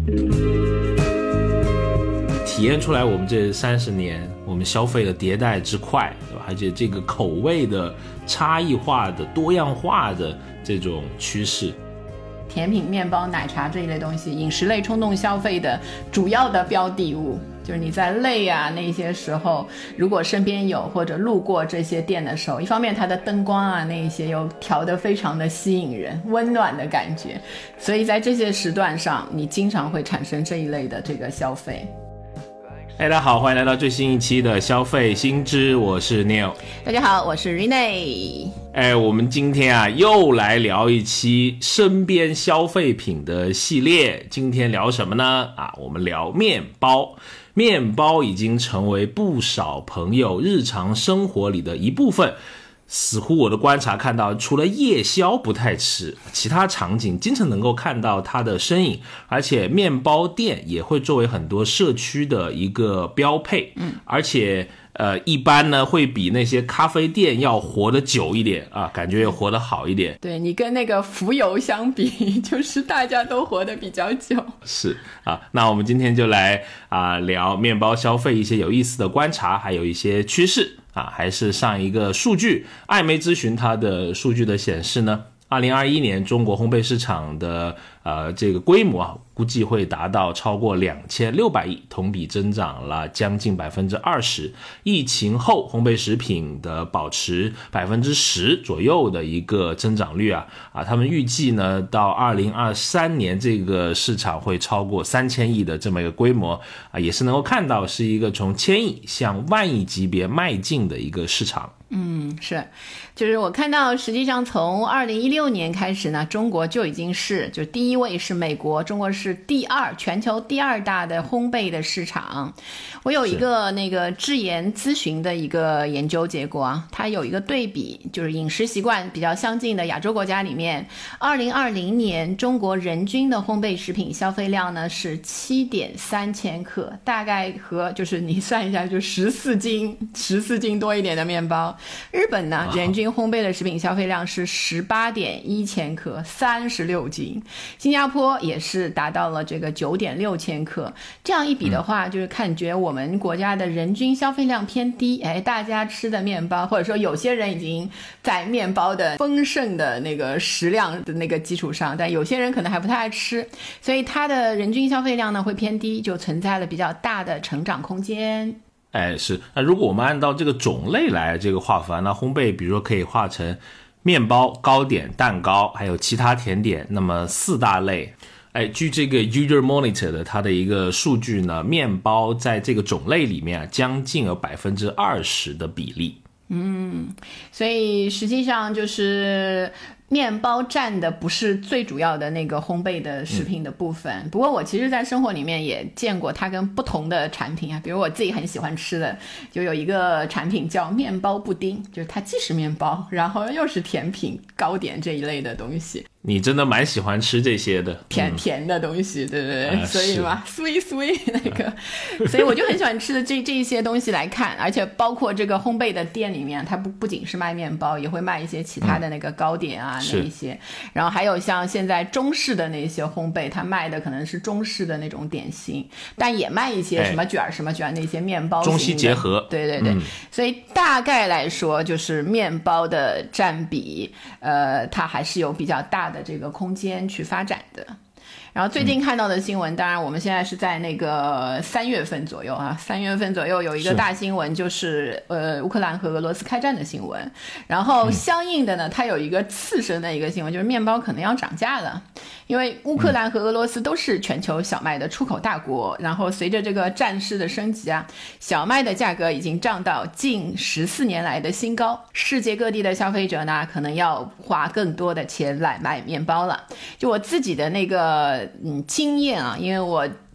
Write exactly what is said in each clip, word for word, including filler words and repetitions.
体验出来我们这三十年我们消费的迭代之快，对吧？而且这个口味的差异化的多样化的这种趋势。 甜品、面包、奶茶这一类东西，饮食类冲动消费的主要的标的物，就是你在累啊那些时候，如果身边有或者路过这些店的时候，一方面它的灯光啊那一些又调得非常的吸引人，温暖的感觉，所以在这些时段上，你经常会产生这一类的这个消费。 大家好，欢迎来到最新一期的消费新知，我是 Neil。 大家好，我是 Rene。 哎，我们今天啊又来聊一期身边消费品的系列。今天聊什么呢？啊，我们聊面包。面包已经成为不少朋友日常生活里的一部分。似乎我的观察看到，除了夜宵不太吃，其他场景经常能够看到它的身影，而且面包店也会作为很多社区的一个标配。嗯，而且呃，一般呢会比那些咖啡店要活得久一点啊，感觉也活得好一点。 对，你跟那个浮游相比，就是大家都活得比较久。 是啊，那我们今天就来啊聊面包消费一些有意思的观察，还有一些趋势。啊，还是上一个数据，艾媒咨询它的数据的显示呢，二零二一年中国烘焙市场的呃这个规模啊，估计会达到超过两千六百亿，同比增长了将近百分之二十。疫情后，烘焙食品的保持百分之十左右的一个增长率啊啊，他们预计呢，到二零二三年这个市场会超过三千亿的这么一个规模啊，也是能够看到是一个从千亿向万亿级别迈进的一个市场。 嗯，是，就是我看到，实际上从二零一六年开始呢，中国就已经是，就第一位是美国，中国是第二，全球第二大的烘焙的市场。我有一个那个智研咨询的一个研究结果啊，它有一个对比，就是饮食习惯比较相近的亚洲国家里面，二零二零年中国人均的烘焙食品消费量呢是七点三千克，大概和就是你算一下，就十四斤，十四斤多一点的面包。日本呢，人均烘焙的食品消费量是十八点一千克，三十六斤。新加坡也是达到了这个九点六千克。这样一比的话，就是感觉我们国家的人均消费量偏低。哎，大家吃的面包，或者说有些人已经在面包的丰盛的那个食量的那个基础上，但有些人可能还不太爱吃，所以它的人均消费量呢会偏低，就存在了比较大的成长空间。 哎，是。那如果我们按照这个种类来这个划分，那烘焙比如说可以划成面包、糕点、蛋糕，还有其他甜点，那么四大类。哎，据这个 Euromonitor 的它的一个数据呢，面包在这个种类里面啊，将近有百分之二十的比例。 嗯，所以实际上就是面包占的不是最主要的那个烘焙的食品的部分、嗯、不过我其实在生活里面也见过它跟不同的产品啊，比如我自己很喜欢吃的就有一个产品叫面包布丁，就是它既是面包然后又是甜品糕点这一类的东西。 你真的蛮喜欢吃这些的， 甜甜的东西，对不对？ 啊、 所以嘛 ，sweet sweet 那个，所以我就很喜欢吃的这这一些东西来看，而且包括这个烘焙的店里面，它不不仅是卖面包，也会卖一些其他的那个糕点啊、嗯、那一些，然后还有像现在中式的那些烘焙，它卖的可能是中式的那种点心，但也卖一些什么卷、哎、什么卷那些面包型的， 中西结合， 对对对、嗯，所以大概来说，就是面包的占比，呃，它还是有比较大的这个空间去发展的。然后最近看到的新闻、嗯、当然我们现在是在那个三月份左右啊，三月份左右有一个大新闻，就是呃乌克兰和俄罗斯开战的新闻。然后相应的呢，它有一个次生的一个新闻，就是面包可能要涨价了。因为乌克兰和俄罗斯都是全球小麦的出口大国，然后随着这个战事的升级啊，小麦的价格已经涨到近十四年来的新高。世界各地的消费者呢，可能要花更多的钱来买面包了。就我自己的那个嗯经验啊，因为我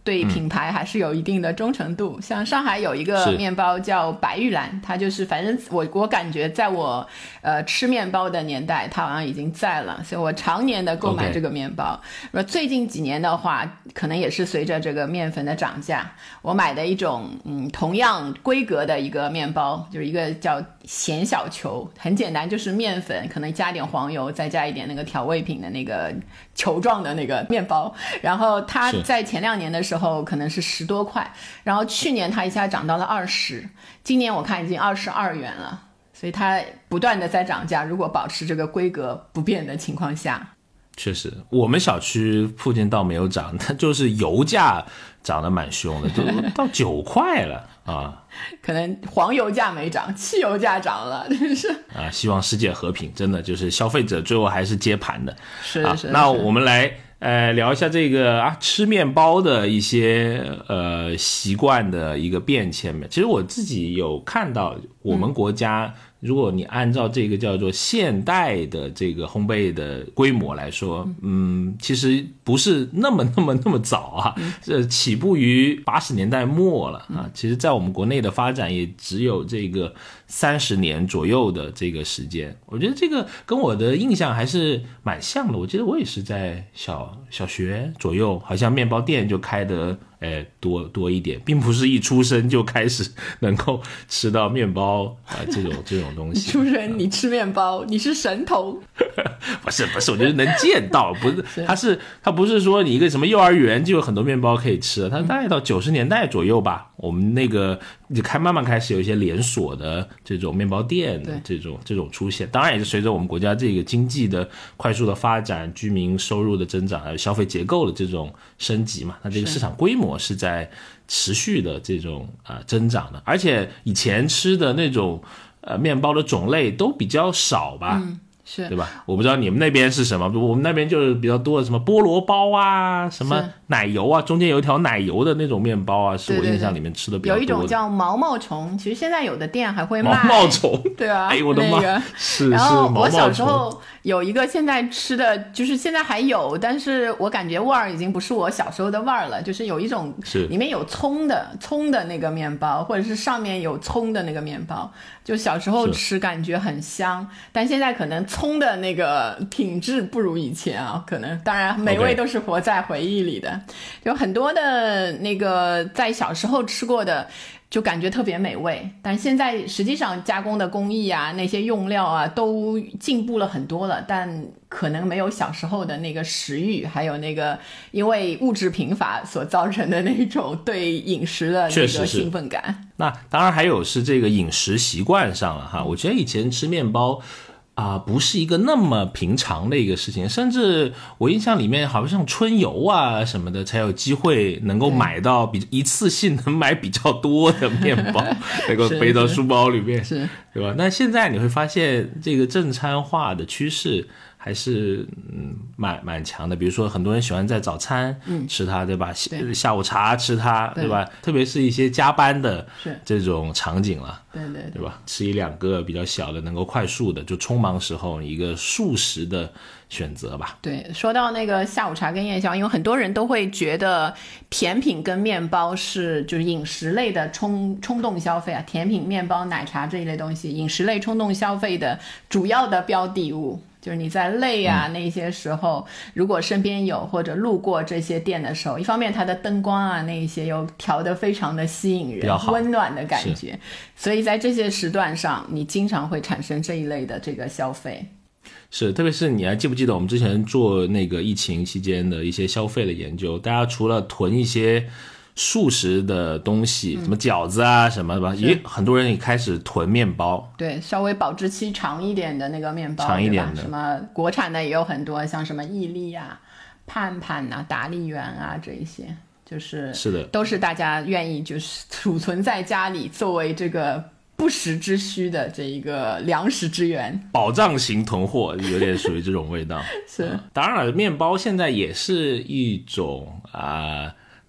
对品牌还是有一定的忠诚度。嗯、像上海有一个面包叫白玉兰，它就是反正我我感觉在我呃吃面包的年代，它好像已经在了，所以我常年的购买这个面包。那、okay. 最近几年的话，可能也是随着这个面粉的涨价，我买的一种嗯同样规格的一个面包，就是一个叫咸小球，很简单，就是面粉可能加点黄油，再加一点那个调味品的那个球状的那个面包，然后它在前两年的时候可能是十多块，然后去年它一下涨到了二十，今年我看已经二十二元了，所以它不断的在涨价，如果保持这个规格不变的情况下。 确实，我们小区附近倒没有涨，它就是油价涨得蛮凶的，就到九块了啊！ 可能黄油价没涨，汽油价涨了，真是啊！希望世界和平，真的就是消费者最后还是接盘的。 是啊、 是。 那我们来呃聊一下这个啊吃面包的一些呃习惯的一个变迁。其实我自己有看到，我们国家、嗯。如果你按照这个叫做现代的这个烘焙的规模来说，嗯，其实不是那么那么那么早啊，这起步于八十年代末了啊。其实在我们国内的发展也只有这个三十年左右的这个时间，我觉得这个跟我的印象还是蛮像的。我记得我也是在小小学左右，好像面包店就开得哎，多多一点，并不是一出生就开始能够吃到面包啊、呃，这种这种东西。 出生你吃面包，你是神童？ 不是不是，我觉得能见到，不是，它是它不是说你一个什么幼儿园就有很多面包可以吃，它大概到九十年代左右吧，我们那个就开慢慢开始有一些连锁的这种面包店的这种这种出现，当然也是随着我们国家这个经济的快速的发展，居民收入的增长，还有消费结构的这种升级嘛，那这个市场规模是在持续的这种呃增长的，而且以前吃的那种呃面包的种类都比较少吧。 嗯，是， 对吧？我不知道你们那边是什么，我们那边就是比较多的什么菠萝包啊，什么奶油啊，中间有一条奶油的那种面包啊，是我印象里面吃的比较多的。 有一种叫毛毛虫，其实现在有的店还会卖毛毛虫， 对啊， 哎呦我的妈， 那个、 是然后我小是毛毛时候有一个现在吃的，就是现在还有，但是我感觉味儿已经不是我小时候的味儿了，就是有一种里面有葱的葱的那个面包，或者是上面有葱的那个面包，就小时候吃感觉很香，但现在可能葱的那个品质不如以前啊，可能当然美味都是活在回忆里的， okay. 有很多的那个在小时候吃过的就感觉特别美味，但现在实际上加工的工艺啊，那些用料啊都进步了很多了，但可能没有小时候的那个食欲，还有那个因为物质贫乏所造成的那种对饮食的那个兴奋感。 那当然还有是这个饮食习惯上了哈，我觉得以前吃面包啊、呃，不是一个那么平常的一个事情，甚至我印象里面好像春游啊什么的才有机会能够买到比一次性能买比较多的面包能够背到书包里面， 是， 对吧？那现在你会发现这个正餐化的趋势还是嗯蛮蛮强的，比如说很多人喜欢在早餐吃它，嗯、对吧？对，下午茶吃它， 对, 对吧？特别是一些加班的这种场景了， 对对 对, 对吧？吃一两个比较小的，能够快速的就匆忙时候一个速食的选择吧。 对，说到那个下午茶跟夜宵，因为很多人都会觉得甜品跟面包是就是饮食类的冲冲动消费啊，甜品、面包、奶茶这一类东西，饮食类冲动消费的主要的标的物。就是你在累啊、嗯、那些时候，如果身边有或者路过这些店的时候，一方面它的灯光啊那一些又调得非常的吸引人，温暖的感觉，所以在这些时段上你经常会产生这一类的这个消费。 是，特别是你还记不记得我们之前做那个疫情期间的一些消费的研究，大家除了囤一些速食的东西，什么饺子啊什么的吧，也很多人也开始囤面包。 对，稍微保质期长一点的那个面包， 长一点的， 什么国产的也有很多，像什么伊利啊、盼盼啊、达利园啊这一些，就是是的， 都是大家愿意就是储存在家里，作为这个不时之需的这一个粮食之源， 保障型囤货，有点属于这种味道。 是、 嗯，当然了，面包现在也是一种啊。呃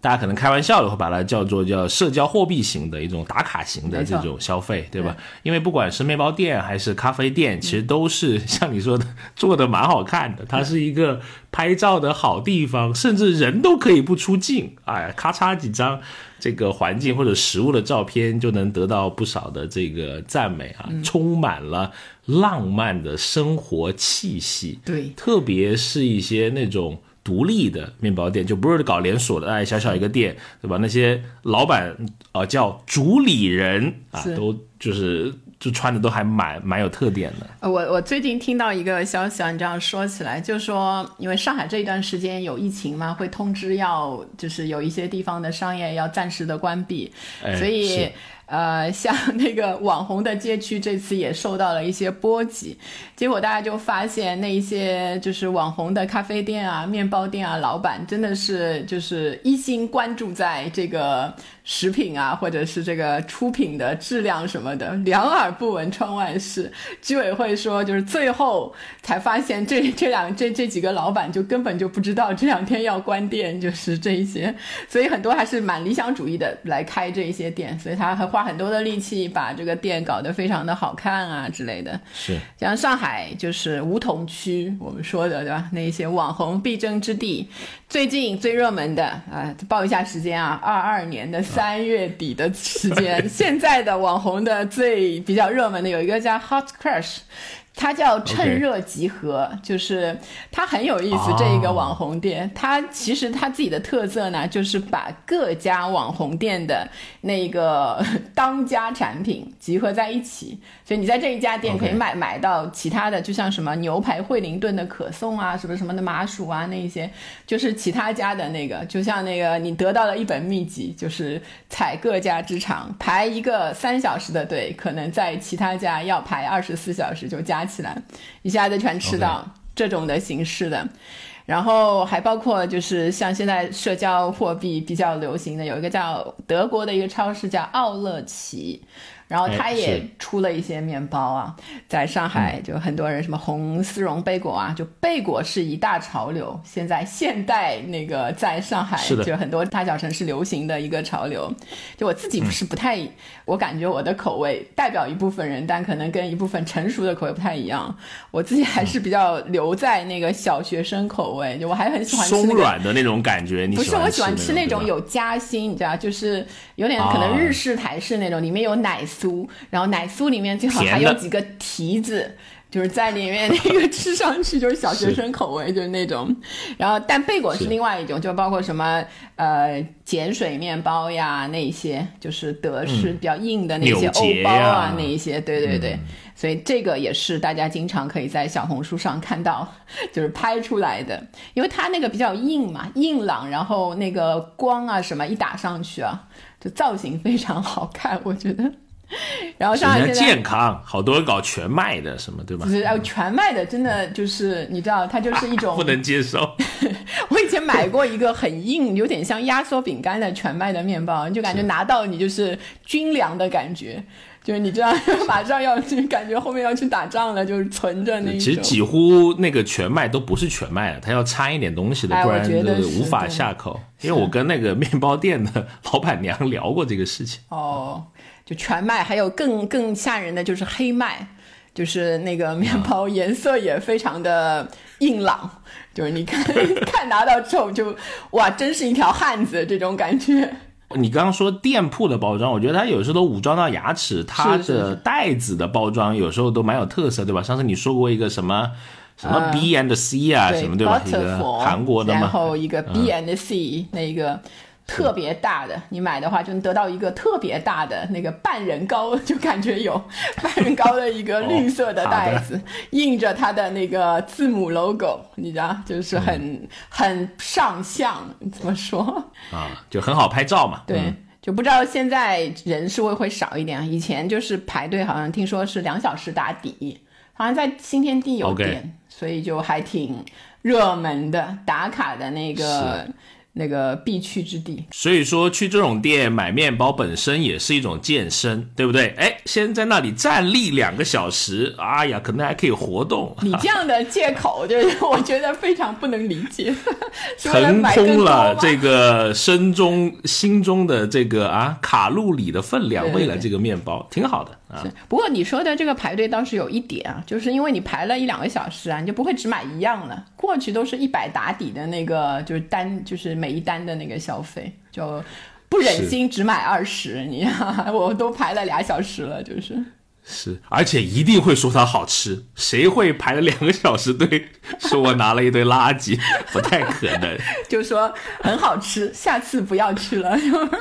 大家可能开玩笑的会把它叫做叫社交货币型的一种打卡型的这种消费，对吧？对，因为不管是面包店还是咖啡店，其实都是像你说的做的蛮好看的，它是一个拍照的好地方，甚至人都可以不出镜，哎，咔嚓几张这个环境或者食物的照片就能得到不少的这个赞美啊，嗯、充满了浪漫的生活气息。 对， 特别是一些那种独立的面包店，就不是搞连锁的，哎，小小一个店，对吧？那些老板呃叫主理人啊，都就是就穿的都还蛮蛮有特点的。 我我最近听到一个消息啊，你这样说起来，就说因为上海这一段时间有疫情嘛，会通知要就是有一些地方的商业要暂时的关闭，哎、所以。呃，像那个网红的街区这次也受到了一些波及，结果大家就发现那一些就是网红的咖啡店啊、面包店啊，老板真的是就是一心关注在这个食品啊，或者是这个出品的质量什么的，两耳不闻窗外事。居委会说，就是最后才发现这这两这这几个老板就根本就不知道这两天要关店，就是这一些，所以很多还是蛮理想主义的来开这一些店，所以他还花很多的力气把这个店搞得非常的好看啊之类的。 是， 像上海就是梧桐区，我们说的对吧？那一些网红必争之地，最近最热门的啊，报一下时间啊，二二年的三月底的时间，啊、现在的网红的最比较热门的有一个叫 Hot Crush。它叫趁热集合， okay. 就是它很有意思。这一个网红店、oh. 它其实它自己的特色呢，就是把各家网红店的那个当家产品集合在一起，所以你在这一家店可以买、okay. 买到其他的，就像什么牛排惠灵顿的可颂啊，什么什么的麻薯啊，那一些就是其他家的那个，就像那个你得到了一本秘籍，就是采各家之长，排一个三小时的队，可能在其他家要排二十四小时就加起来，一下子全吃到这种的形式的。Okay. 然后还包括就是像现在社交货币比较流行的，有一个叫德国的一个超市叫奥乐奇，然后他也出了一些面包啊，在上海就很多人什么红丝绒贝果啊，就贝果是一大潮流，现在现代那个在上海就很多大小城市流行的一个潮流。就我自己不是不太、嗯、我感觉我的口味代表一部分人，但可能跟一部分成熟的口味不太一样，我自己还是比较留在那个小学生口味，就我还很喜欢吃、那个、 松软的那种感觉。你不是，我喜欢吃那种有夹心，你知道，就是有点可能日式台式那种、哦、里面有奶酥，然后奶酥里面最好还有几个提子，就是在里面那个吃上去就是小学生口味，就是那种。然后但贝果是另外一种，就包括什么呃碱水面包呀，那一些就是德式比较硬的那些欧包啊、嗯、那一些，对对对、嗯、所以这个也是大家经常可以在小红书上看到，就是拍出来的，因为它那个比较硬嘛，硬朗，然后那个光啊什么一打上去啊，就造型非常好看，我觉得。然后上海现在健康，好多搞全麦的什么，对吧？ 就是全麦的真的就是你知道，它就是一种、啊、 不能接受。 我以前买过一个很硬，有点像压缩饼干的全麦的面包，就感觉拿到你就是军粮的感觉。就是你知道马上要去，感觉后面要去打仗了，就是存着那一种。 其实几乎那个全麦都不是全麦了，它要掺一点东西的，不然就是无法下口。因为我跟那个面包店的老板娘聊过这个事情。 哦，就全麦，还有更更吓人的就是黑麦，就是那个面包颜色也非常的硬朗，就是你看看拿到之后就哇，真是一条汉子这种感觉。 你刚刚说店铺的包装，我觉得它有时候都武装到牙齿，它的袋子的包装有时候都蛮有特色，对吧？上次你说过一个什么什么 B and C 啊、呃、什么，对吧？一个韩国的嘛， 然后一个 B and C、嗯、那个特别大的，你买的话就能得到一个特别大的那个半人高，就感觉有半人高的一个绿色的袋子、哦、印着它的那个字母 logo， 你知道，就是很、嗯、很上相，怎么说啊，就很好拍照嘛。 对、嗯，就不知道现在人是会会少一点，以前就是排队好像听说是两小时打底，好像在新天地有店、okay. 所以就还挺热门的，打卡的那个那个必去之地。 所以说去这种店买面包本身也是一种健身，对不对？哎，先在那里站立两个小时，哎呀，可能还可以活动。 你这样的借口就是我觉得非常不能理解。 腾空了这个身中心中的这个啊卡路里的分量，为了这个面包挺好的啊。 不过你说的这个排队倒是有一点啊，就是因为你排了一两个小时啊，你就不会只买一样了，过去都是一百打底的那个就是单就是每一单的那个消费，就不忍心只买二十，你看我都排了俩小时了，就是是，而且一定会说它好吃，谁会排了两个小时队说我拿了一堆垃圾？不太可能。 就说很好吃，下次不要去了。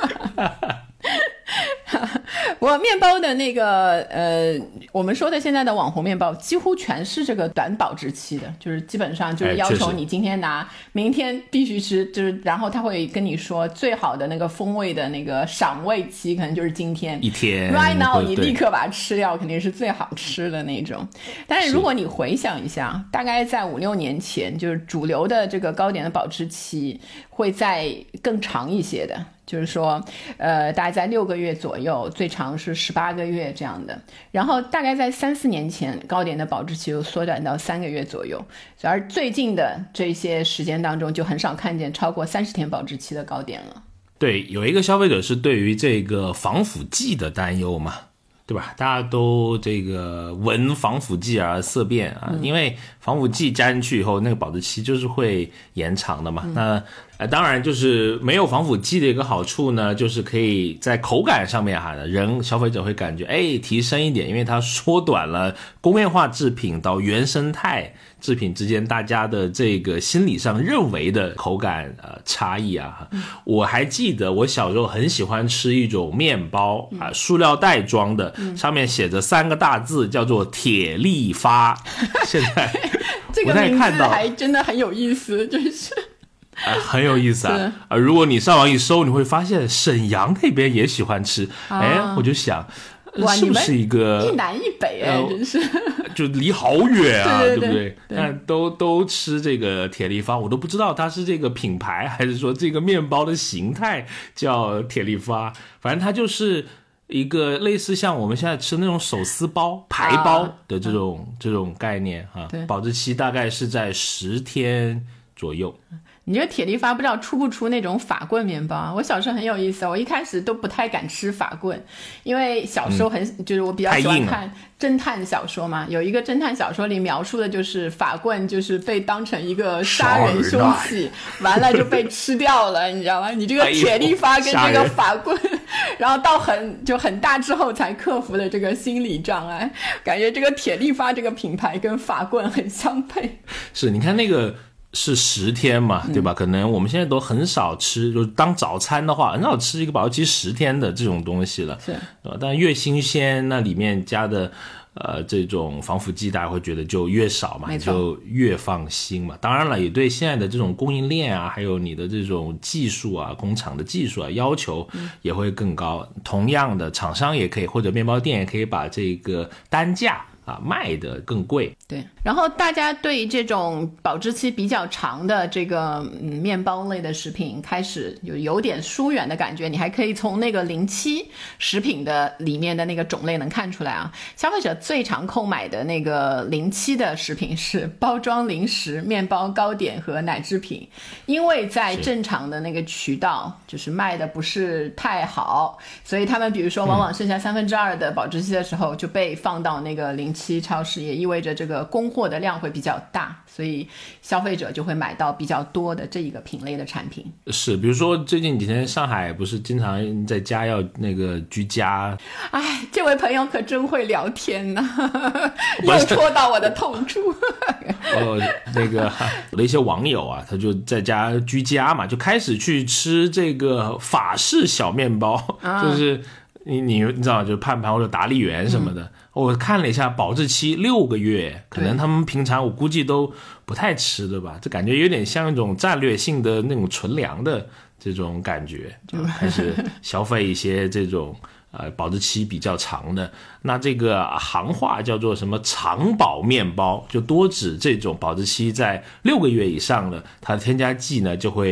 我面包的那个呃，我们说的现在的网红面包几乎全是这个短保质期的，就是基本上就是要求你今天拿，明天必须吃，就是然后他会跟你说最好的那个风味的那个赏味期可能就是今天一天 right now 你立刻把它吃掉，肯定是最好吃的那种。但是如果你回想一下，大概在五六年前，就是主流的这个糕点的保质期会再更长一些的。就是说呃，大概在六个月左右，最长是十八个月这样的，然后大概在三四年前糕点的保质期又缩短到三个月左右，而最近的这些时间当中就很少看见超过三十天保质期的糕点了。 对，有一个消费者是对于这个防腐剂的担忧嘛，对吧？大家都这个闻防腐剂而色变啊、嗯，因为防腐剂加进去以后，那个保质期就是会延长的嘛。嗯、那呃，当然就是没有防腐剂的一个好处呢，就是可以在口感上面哈，人消费者会感觉哎提升一点，因为它缩短了工业化制品到原生态制品之间大家的这个心理上认为的口感呃差异啊。嗯、我还记得我小时候很喜欢吃一种面包啊，塑料袋装的，嗯、上面写着三个大字叫做铁力发。现在这个名字还真的很有意思，就是。 啊、很有意思啊！啊，如果你上网一搜，你会发现沈阳那边也喜欢吃。哎、啊，我就想，是不是一个一南一北哎、呃，真是就离好远啊， 对, 对, 对, 对不对？ 但都都吃这个铁力发，我都不知道它是这个品牌，还是说这个面包的形态叫铁力发。反正它就是一个类似像我们现在吃那种手撕包、排包的这种、啊、这种概念啊，保质期大概是在十天左右。 你这个铁力发不知道出不出那种法棍面包？我小时候很有意思，我一开始都不太敢吃法棍，因为小时候很、嗯、就是我比较喜欢看侦探小说嘛，有一个侦探小说里描述的就是法棍就是被当成一个杀人凶器，完了就被吃掉了，你知道吗？你这个铁力发跟这个法棍，然后到很就很大之后才克服了这个心理障碍，感觉这个铁力发这个品牌跟法棍很相配。 是，你看那个。是十天嘛，对吧？可能我们现在都很少吃，就是当早餐的话，很少吃一个保质期十天的这种东西了。 是， 但越新鲜，那里面加的呃这种防腐剂，大家会觉得就越少嘛，就越放心嘛。当然了，也对现在的这种供应链啊，还有你的这种技术啊，工厂的技术啊，要求也会更高。嗯、同样的，厂商也可以，或者面包店也可以把这个单价。啊，卖的更贵。 对，然后大家对这种保质期比较长的这个嗯面包类的食品开始有有点疏远的感觉，你还可以从那个零七食品的里面的那个种类能看出来啊。消费者最常购买的那个零七的食品是包装零食、面包、糕点和奶制品，因为在正常的那个渠道就是卖的不是太好，所以他们比如说往往剩下三分之二的保质期的时候就被放到那个零七超市，也意味着这个供货的量会比较大，所以消费者就会买到比较多的这一个品类的产品。是， 比如说最近几天上海不是经常在家要那个居家， 哎，这位朋友可真会聊天呢、啊，又戳到我的痛处。 哦，那个有的一些网友啊，他就在家居家嘛，就开始去吃这个法式小面包，啊、就是你你你知道，就盼盼或者达利园什么的。嗯，我看了一下保质期六个月，可能他们平常我估计都不太吃的吧，这感觉有点像一种战略性的那种存粮的这种感觉，就开始消费一些这种呃保质期比较长的。那这个行话叫做什么长保面包，就多指这种保质期在六个月以上的，它的添加剂呢就会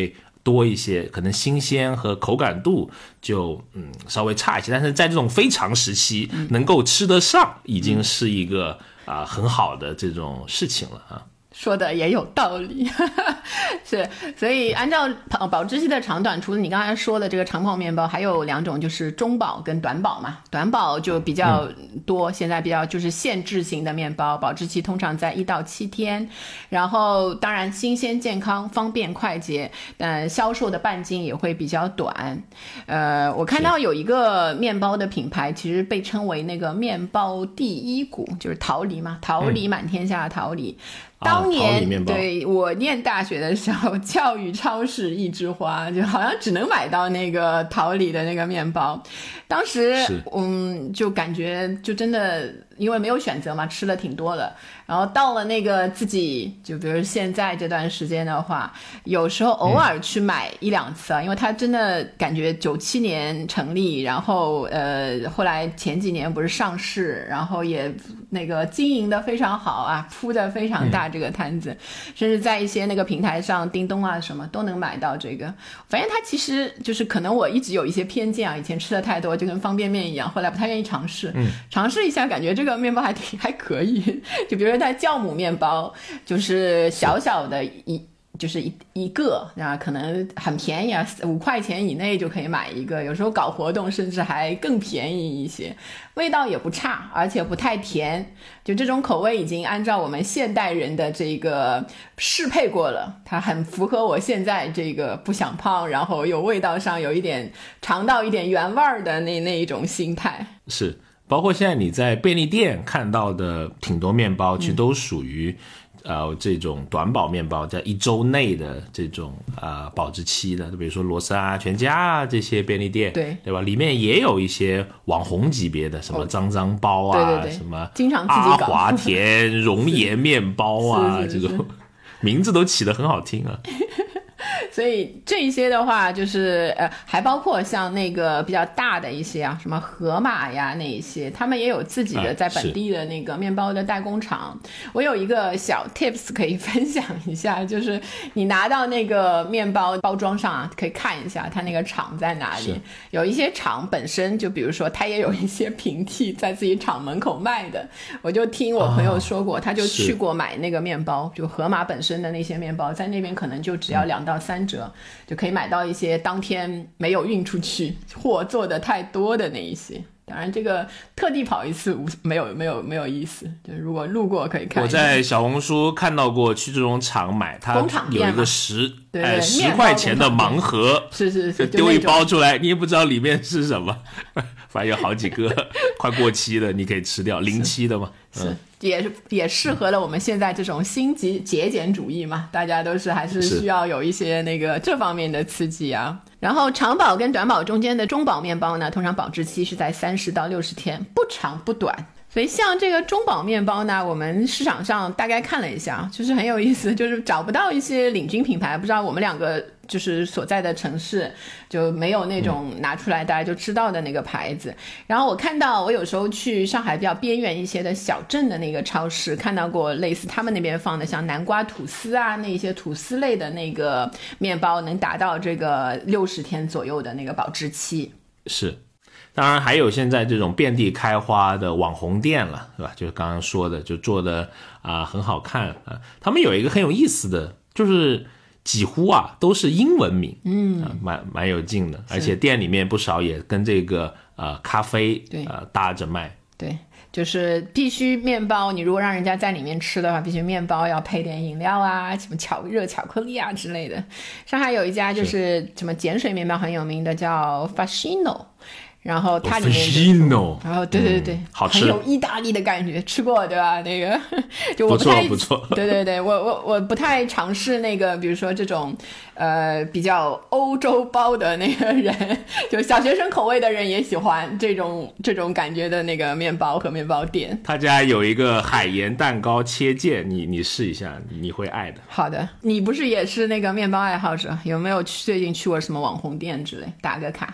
多一些，可能新鲜和口感度就嗯稍微差一些，但是在这种非常时期能够吃得上，已经是一个啊、呃、很好的这种事情了啊。 说的也有道理，是，所以按照保质期的长短，除了你刚才说的这个长跑面包，还有两种，就是中保跟短保嘛。短保就比较多，嗯、现在比较就是限制型的面包，保质期通常在一到七天。然后当然新鲜、健康、方便、快捷，但销售的半径也会比较短。呃，我看到有一个面包的品牌，其实被称为那个面包第一股，就是桃李嘛，桃李满天下的桃李。嗯当年、哦、对我念大学的时候，教育超市一枝花，就好像只能买到那个桃李的那个面包。当时嗯，就感觉就真的因为没有选择嘛，吃了挺多的。然后到了那个自己，就比如现在这段时间的话，有时候偶尔去买一两次啊，嗯、因为它真的感觉九七年成立，然后呃后来前几年不是上市，然后也那个经营的非常好啊，铺的非常大这个摊子，嗯、甚至在一些那个平台上，叮咚啊什么都能买到这个。反正它其实就是可能我一直有一些偏见啊，以前吃的太多，就跟方便面一样，后来不太愿意尝试，嗯、尝试一下，感觉这个面包还挺还可以，就比如。它酵母面包就是小小的一就是一一个啊，可能很便宜啊，五块钱以内就可以买一个，有时候搞活动甚至还更便宜一些，味道也不差，而且不太甜，就这种口味已经按照我们现代人的这个适配过了，它很符合我现在这个不想胖，然后有味道上有一点尝到一点原味的那那一种心态。 是。包括现在你在便利店看到的挺多面包，其实都属于、嗯、呃这种短保面包，在一周内的这种呃保质期的，比如说罗森啊、全家啊这些便利店， 对对吧？里面也有一些网红级别的，什么脏脏包啊， 哦、对对对什么经常自己搞阿华田熔岩面包啊， 是是是是这种名字都起得很好听啊。 所以这些的话就是呃，还包括像那个比较大的一些啊，什么盒马呀那一些，他们也有自己的在本地的那个面包的代工厂、啊、我有一个小 tips 可以分享一下，就是你拿到那个面包包装上啊，可以看一下它那个厂在哪里，有一些厂本身就比如说它也有一些平替在自己厂门口卖的，我就听我朋友说过、哦、他就去过买那个面包，就盒马本身的那些面包在那边可能就只要两到三折、嗯、就可以买到一些当天没有运出去货做的太多的那一些。当然这个特地跑一次没有没有没有意思，就如果路过可以看一下。 我在小红书看到过去这种厂买，它有一个十对对、呃、 十块钱的盲盒， 是是是， 丢一包出来，你也不知道里面是什么，反正有好几个快过期的，你可以吃掉，零期的嘛。 是，嗯、也是也适合了我们现在这种新节节俭主义嘛，大家都是还是需要有一些那个这方面的刺激啊。然后长保跟短保中间的中保面包呢，通常保质期是在三十到六十天，不长不短。所以像这个中保面包呢，我们市场上大概看了一下，就是很有意思，就是找不到一些领军品牌，不知道我们两个就是所在的城市就没有那种拿出来大家就知道的那个牌子、嗯、然后我看到我有时候去上海比较边缘一些的小镇的那个超市看到过类似他们那边放的像南瓜吐司啊，那些吐司类的那个面包能达到这个六十天左右的那个保质期。 是，当然还有现在这种遍地开花的网红店了，对吧？就是刚刚说的，就做的啊、呃、很好看啊。他们有一个很有意思的，就是几乎啊都是英文名，嗯，啊、蛮蛮有劲的，而且店里面不少也跟这个呃咖啡对呃搭着卖。 对，就是必须面包，你如果让人家在里面吃的话，必须面包要配点饮料啊，什么巧热巧克力啊之类的。上海有一家就是什么碱水面包很有名的，叫 Fascino。然后它里面就，然后对对对、嗯， 好吃， 很有意大利的感觉，吃过对吧？那个就我不太不错，不错对对对，我我我不太尝试那个，比如说这种呃比较欧洲包的那个人，就小学生口味的人也喜欢这种这种感觉的那个面包和面包店。 他家有一个海盐蛋糕切件，你你试一下，你会爱的。 好的，你不是也是那个面包爱好者？有没有最近去过什么网红店之类？打个卡。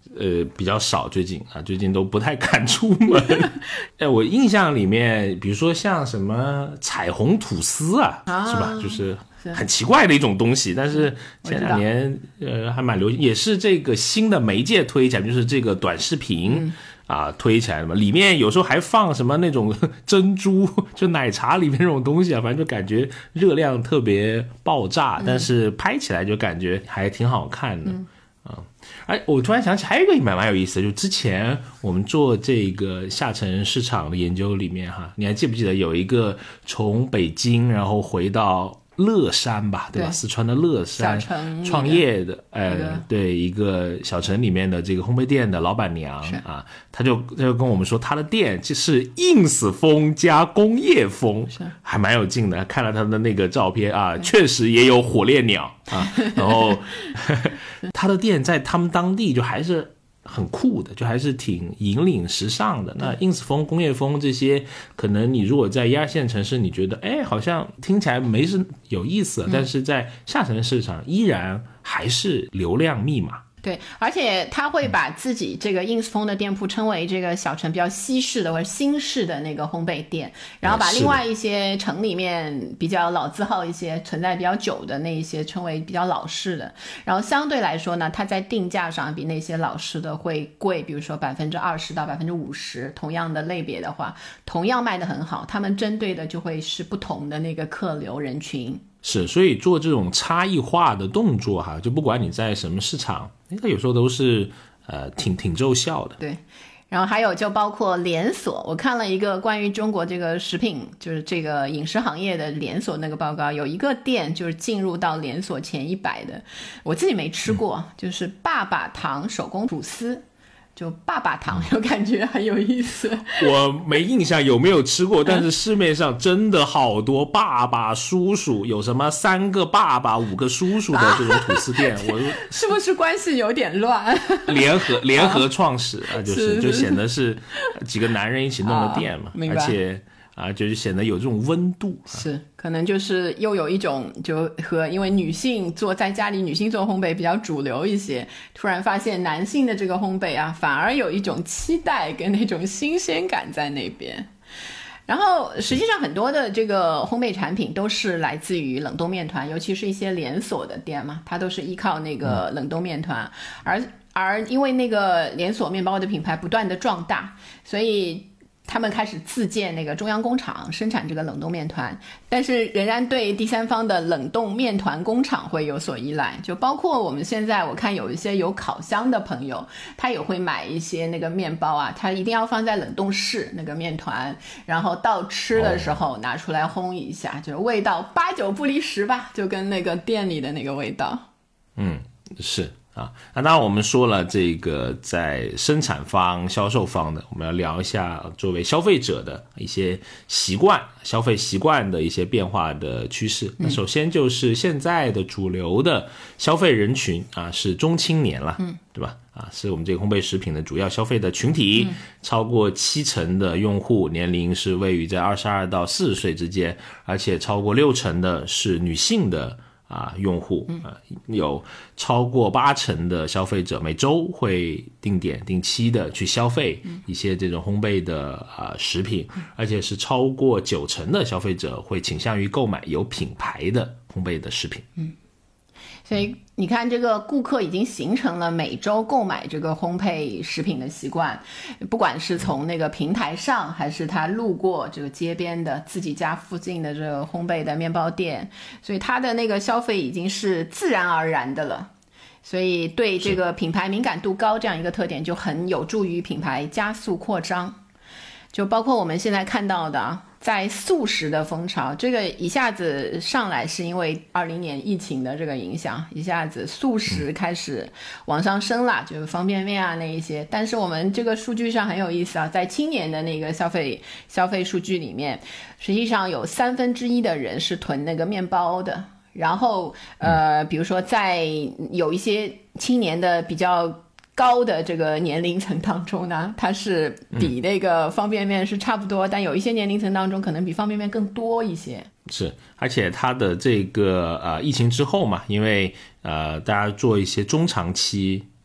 呃比较少，最近啊，最近都不太敢出门。哎，我印象里面，比如说像什么彩虹吐司啊，啊是吧？就是很奇怪的一种东西，但是前两年呃还蛮流行，也是这个新的媒介推起来，就是这个短视频。嗯啊，推起来了嘛？里面有时候还放什么那种珍珠，就奶茶里面那种东西啊，反正就感觉热量特别爆炸，嗯、但是拍起来就感觉还挺好看的。嗯啊，哎，我突然想起还有一个蛮蛮有意思的，就之前我们做这个下沉市场的研究里面哈，你还记不记得有一个从北京然后回到乐山吧，对吧？对，四川的乐山创业的，呃，那个、对，一个小城里面的这个烘焙店的老板娘啊，他就他就跟我们说，他的店就是 ins 风加工业风，还蛮有劲的。看了他的那个照片啊，确实也有火烈鸟啊，然后他的店在他们当地就还是很酷的，就还是挺引领时尚的。那 ins 风、工业风这些，可能你如果在一二线城市，你觉得哎，好像听起来没什么有意思、嗯，但是在下沉市场依然还是流量密码。 对，而且他会把自己这个 ins 风的店铺称为这个小城比较西式的或者新式的那个烘焙店，然后把另外一些城里面比较老字号一些存在比较久的那一些称为比较老式的，然后相对来说呢，它在定价上比那些老式的会贵，比如说百分之二十到百分之五十，同样的类别的话，同样卖得很好，他们针对的就会是不同的那个客流人群。 是，所以做这种差异化的动作哈，就不管你在什么市场，它有时候都是呃挺挺奏效的。 对，然后还有就包括连锁，我看了一个关于中国这个食品，就是这个饮食行业的连锁那个报告，有一个店就是进入到连锁前一百的，我自己没吃过，嗯、就是爸爸堂手工吐司。就爸爸堂，有感觉很有意思。 我没印象有没有吃过，但是市面上真的好多爸爸叔叔，有什么三个爸爸五个叔叔的这种吐司店，啊、我是不是关系有点乱？ 联合联合创始啊，就是就显得是几个男人一起弄的店嘛， 啊、 而且。啊，就是显得有这种温度， 是可能就是又有一种就和因为女性做在家里女性做烘焙比较主流一些，突然发现男性的这个烘焙啊，反而有一种期待跟那种新鲜感在那边。然后实际上很多的这个烘焙产品都是来自于冷冻面团，尤其是一些连锁的店嘛，它都是依靠那个冷冻面团，嗯、而而因为那个连锁面包的品牌不断的壮大，所以他们开始自建那个中央工厂生产这个冷冻面团，但是仍然对第三方的冷冻面团工厂会有所依赖，就包括我们现在我看有一些有烤箱的朋友，他也会买一些那个面包啊，他一定要放在冷冻室那个面团，然后到吃的时候拿出来烘一下，哦、就是味道八九不离十吧，就跟那个店里的那个味道。 嗯，是。啊，那当然我们说了这个在生产方、销售方的，我们要聊一下作为消费者的一些习惯、消费习惯的一些变化的趋势。那首先就是现在的主流的消费人群啊，是中青年了，嗯，对吧？啊，是我们这个烘焙食品的主要消费的群体，嗯、超过七成的用户年龄是位于在二十二到四十岁之间，而且超过六成的是女性的。啊，用户啊，有超过八成的消费者每周会定点定期的去消费一些这种烘焙的啊食品，而且是超过九成的消费者会倾向于购买有品牌的烘焙的食品。 嗯，所以你看这个顾客已经形成了每周购买这个烘焙食品的习惯，不管是从那个平台上，还是他路过这个街边的自己家附近的这个烘焙的面包店，所以他的那个消费已经是自然而然的了。所以对这个品牌敏感度高这样一个特点就很有助于品牌加速扩张。就包括我们现在看到的啊，在素食的风潮，这个一下子上来是因为二零年疫情的这个影响，一下子素食开始往上升了，就是方便面啊那一些。但是我们这个数据上很有意思啊，在青年的那个消费消费数据里面，实际上有三分之一的人是囤那个面包的。然后呃，比如说在有一些青年的比较高的这个年龄层当中呢，它是比那个方便面是差不多，嗯、但有一些年龄层当中可能比方便面更多一些。 是，而且它的这个呃疫情之后嘛，因为呃大家做一些中长期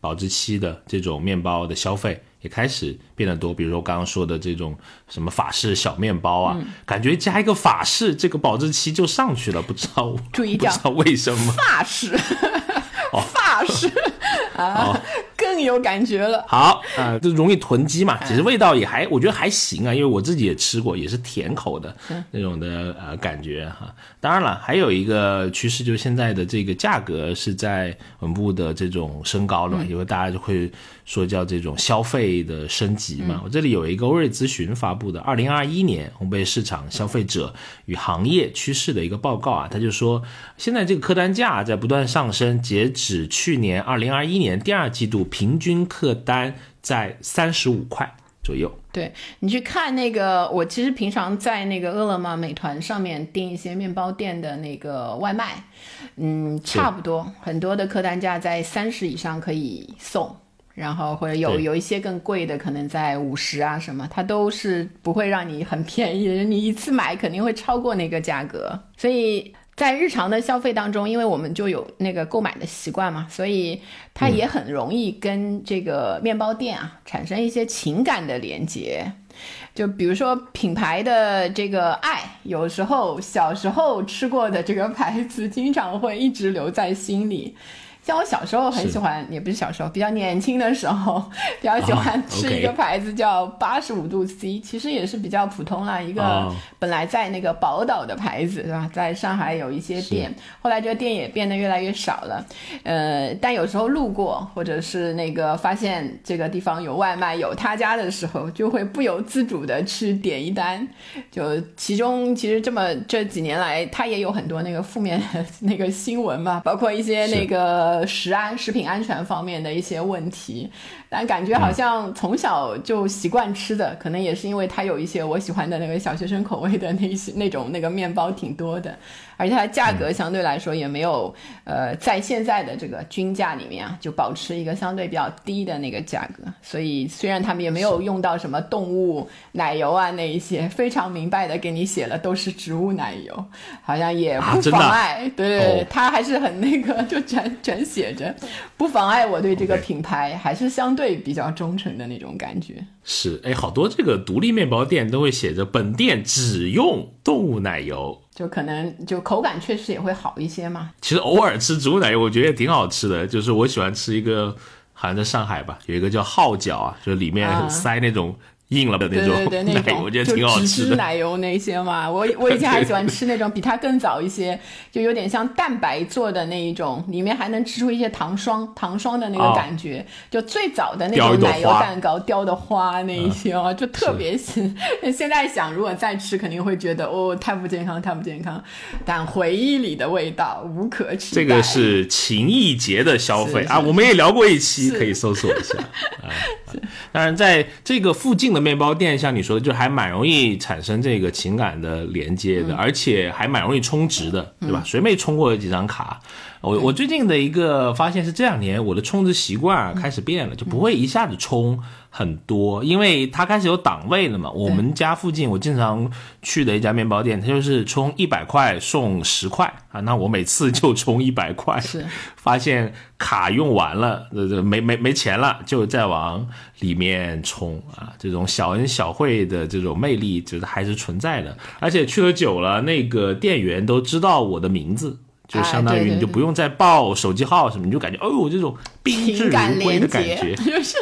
保质期的这种面包的消费也开始变得多，比如说刚刚说的这种什么法式小面包啊，嗯、感觉加一个法式，这个保质期就上去了，不知道注意掉， 不知道为什么法式，法式、哦、啊、哦，更有感觉了。 好啊、呃，就容易囤积嘛，其实味道也还，我觉得还行啊，因为我自己也吃过，也是甜口的那种的呃感觉哈。当然了，还有一个趋势就是现在的这个价格是在稳步的这种升高了，嗯、因为大家就会说叫这种消费的升级嘛。嗯、我这里有一个欧瑞咨询发布的二零二一年烘焙市场消费者与行业趋势的一个报告啊，他就说现在这个客单价在不断上升，截止去年二零二一年第二季度平均客单在三十五块左右。 对，你去看那个，我其实平常在那个饿了么、美团上面订一些面包店的那个外卖，嗯，差不多很多的客单价在三十以上可以送，然后或者有有一些更贵的，可能在五十啊什么，它都是不会让你很便宜的，你一次买肯定会超过那个价格。所以在日常的消费当中，因为我们就有那个购买的习惯嘛，所以它也很容易跟这个面包店啊产生一些情感的连接。就比如说品牌的这个爱，有时候小时候吃过的这个牌子经常会一直留在心里。像我小时候很喜欢，也不是小时候，比较年轻的时候比较喜欢吃一个牌子叫八十五度 C， 其实也是比较普通啦，一个本来在那个宝岛的牌子，对吧？在上海有一些店，后来这个店也变得越来越少了。呃，但有时候路过或者是那个发现这个地方有外卖有他家的时候，就会不由自主的去点一单。就其中其实这么这几年来，它也有很多那个负面的那个新闻嘛，包括一些那个食安食品安全方面的一些问题，但感觉好像从小就习惯吃的、嗯、可能也是因为它有一些我喜欢的那个小学生口味的那些那种那个面包挺多的，而且它的价格相对来说也没有、嗯、呃在现在的这个均价里面啊就保持一个相对比较低的那个价格，所以虽然他们也没有用到什么动物奶油啊那一些，非常明白的给你写了都是植物奶油，好像也不妨碍、啊、对对、哦、它还是很那个就全全写着，不妨碍我对这个品牌还是相对比较忠诚的那种感觉。 是，哎，好多这个独立面包店都会写着本店只用动物奶油， 就可能就口感确实也会好一些嘛。 其实偶尔吃植物奶油我觉得也挺好吃的，就是我喜欢吃一个好像在上海吧有一个叫号角啊，就里面塞那种、啊硬了的那种， 对对对，那种我觉得挺好吃的， 就芝士奶油那些嘛。我我以前还喜欢吃那种比它更早一些，就有点像蛋白做的那一种，里面还能吃出一些糖霜，糖霜的那个感觉。哦、就最早的那种奶油蛋糕雕的花那一些哦，嗯、就特别新。现在想，如果再吃，肯定会觉得哦，太不健康，太不健康。但回忆里的味道无可取代。 这个是情谊节的消费啊，我们也聊过一期，可以搜索一下。啊、当然，在这个附近的面包店像你说的就还蛮容易产生这个情感的连接的、嗯、而且还蛮容易充值的，对吧、嗯、谁没充过几张卡。我我最近的一个发现是这两年我的充值习惯、啊、开始变了、嗯、就不会一下子充很多，因为它开始有档位了嘛。我们家附近我经常去的一家面包店，它就是充一百块送十块啊，那我每次就充一百块， 是发现卡用完了没没没钱了就再往里面充啊，这种小恩小惠的这种魅力就是还是存在的，而且去了久了那个店员都知道我的名字，就相当于你就不用再报手机号什么，你就感觉哦呦这种宾至如归的感觉， 就是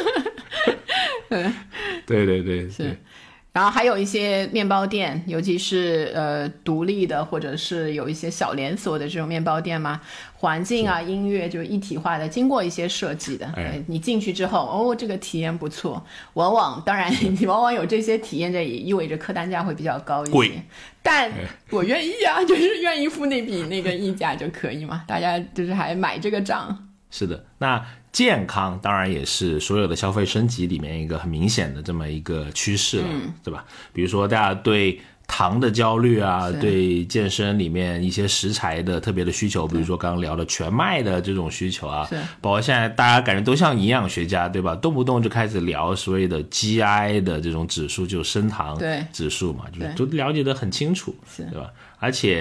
对对对是。 然后还有一些面包店，尤其是呃独立的或者是有一些小连锁的这种面包店嘛，环境啊音乐就一体化的，经过一些设计的、哎、你进去之后哦这个体验不错，往往当然你往往有这些体验，这也意味着客单价会比较高一些，贵，但我愿意啊，就是愿意付那笔那个溢价就可以嘛，大家就是还买这个账。 是的，那健康当然也是所有的消费升级里面一个很明显的这么一个趋势了、嗯、对吧？比如说大家对糖的焦虑啊，对健身里面一些食材的特别的需求，比如说刚刚聊的全麦的这种需求啊，包括现在大家感觉都像营养学家对吧，动不动就开始聊所谓的 G I 的这种指数，就升糖指数嘛，就都了解得很清楚，对吧？而且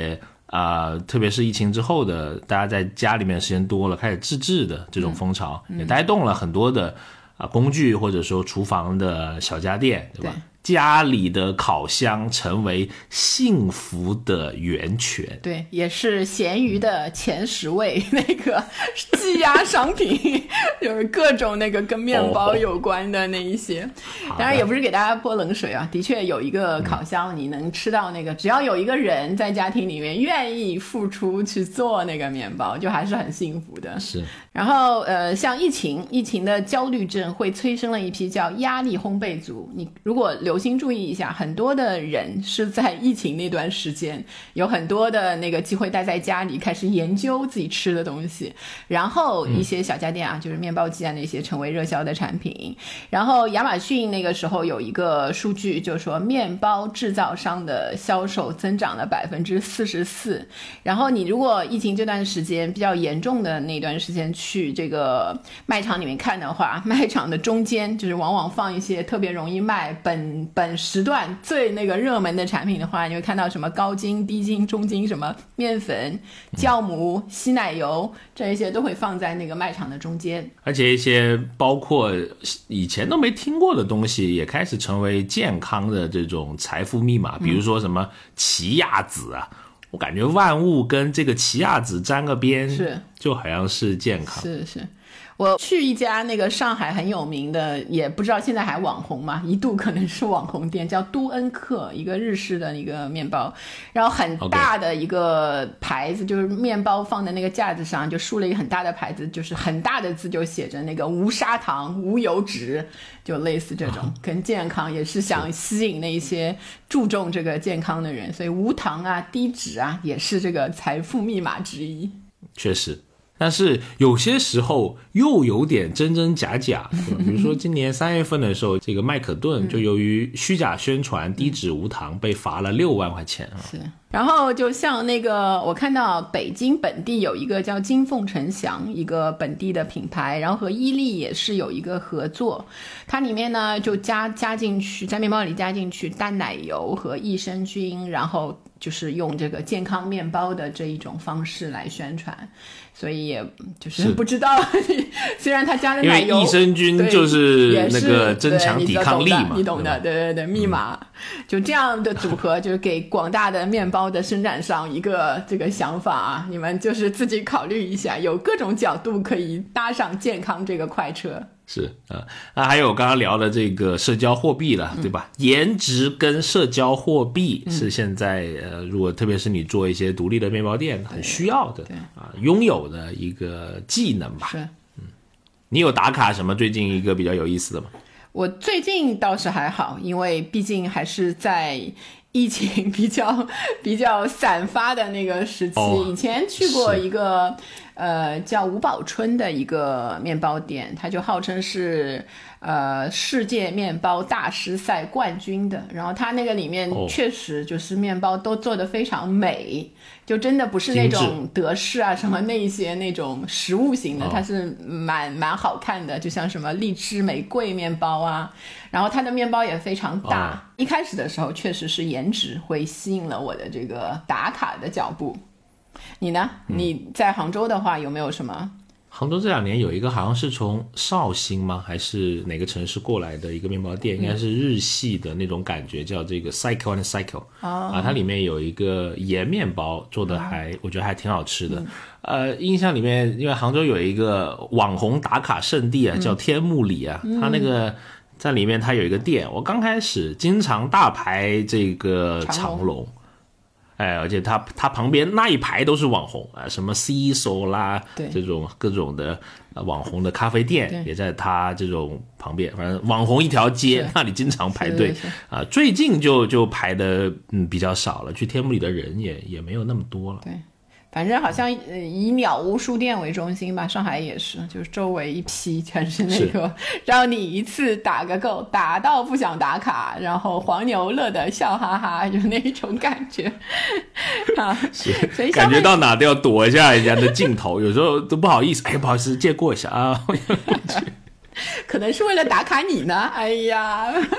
啊、呃，特别是疫情之后的，大家在家里面时间多了，开始自制的这种风潮，嗯、也带动了很多的啊、呃、工具或者说厨房的小家电，对吧？对，家里的烤箱成为幸福的源泉， 对，也是闲鱼的前十位那个积压商品，就是各种那个跟面包有关的那一些。哦、当然也不是给大家泼冷水啊，的确有一个烤箱，你能吃到那个，嗯、只要有一个人在家庭里面愿意付出去做那个面包，就还是很幸福的。 是。 然后呃，像疫情，疫情的焦虑症会催生了一批叫压力烘焙族。你如果留心注意一下，很多的人是在疫情那段时间有很多的那个机会待在家里，开始研究自己吃的东西，然后一些小家电啊，嗯、就是面包机啊那些成为热销的产品。然后亚马逊那个时候有一个数据，就是说面包制造商的销售增长了百分之四十四。然后你如果疫情这段时间比较严重的那段时间去这个卖场里面看的话，卖场的中间就是往往放一些特别容易卖本本时段最那个热门的产品的话，你会看到什么高筋、低筋、中筋，什么面粉、酵母、稀奶油，这一些都会放在那个卖场的中间。 而且一些包括以前都没听过的东西，也开始成为健康的这种财富密码，比如说什么奇亚籽啊。我感觉万物跟这个奇亚籽沾个边， 是就好像是健康。 是是，我去一家那个上海很有名的，也不知道现在还网红嘛，一度可能是网红店，叫都恩克，一个日式的一个面包，然后很大的一个牌子， okay. 就是面包放在那个架子上，就竖了一个很大的牌子，就是很大的字就写着那个无砂糖、无油脂。就类似这种跟健康也是想吸引那些注重这个健康的人，所以无糖啊低脂啊也是这个财富密码之一。 确实，但是有些时候又有点真真假假，比如说今年三月份的时候，这个麦可顿就由于虚假宣传低脂无糖被罚了六万块钱啊。 是。然后就像那个我看到北京本地有一个叫金凤呈祥，一个本地的品牌，然后和伊利也是有一个合作，它里面呢就加加进去，在面包里加进去淡奶油和益生菌，然后就是用这个健康面包的这一种方式来宣传，所以也就是不知道虽然它加了奶油， 因为益生菌就是那个增强抵抗力嘛， 你懂的，对对对，密码、嗯、就这样的组合就是给广大的面包的生产商一个这个想法啊，你们就是自己考虑一下，有各种角度可以搭上健康这个快车。 是啊，那还有刚刚聊的这个社交货币了，对吧？嗯、颜值跟社交货币是现在、嗯、呃，如果特别是你做一些独立的面包店很需要的啊，拥有的一个技能吧。 是， 嗯，你有打卡什么最近一个比较有意思的吗？ 我最近倒是还好，因为毕竟还是在疫情比较比较散发的那个时期、哦、以前去过一个呃叫吴宝春的一个面包店，它就号称是呃世界面包大师赛冠军的，然后它那个里面确实就是面包都做得非常美、哦、就真的不是那种德式啊什么那一些那种食物型的、哦、它是蛮蛮好看的，就像什么荔枝玫瑰面包啊，然后它的面包也非常大、哦、一开始的时候确实是颜值会吸引了我的这个打卡的脚步。你呢、嗯、你在杭州的话有没有什么？ 杭州这两年有一个好像是从绍兴吗还是哪个城市过来的一个面包店、嗯、应该是日系的那种感觉，叫这个 Cycle and Cycle、哦、啊，它里面有一个盐面包做的还、嗯、我觉得还挺好吃的、嗯、呃，印象里面因为杭州有一个网红打卡圣地啊、嗯、叫天目里啊、嗯、它那个在里面它有一个店，我刚开始经常大排这个长龙，哎，而且它它旁边那一排都是网红啊，什么 C 手啦，这种各种的、呃、网红的咖啡店也在它这种旁边，反正网红一条街，那里经常排队啊。最近就就排的嗯比较少了，去天目里的人也也没有那么多了。 对。反正好像以鸟屋书店为中心吧，上海也是，就是周围一批全是那个让你一次打个够，打到不想打卡，然后黄牛乐得笑哈哈，就那种感觉啊， 所以感觉到哪都要躲一下人家的镜头，有时候都不好意思，哎，不好意思，借过一下啊。 可能是为了打卡你呢，哎呀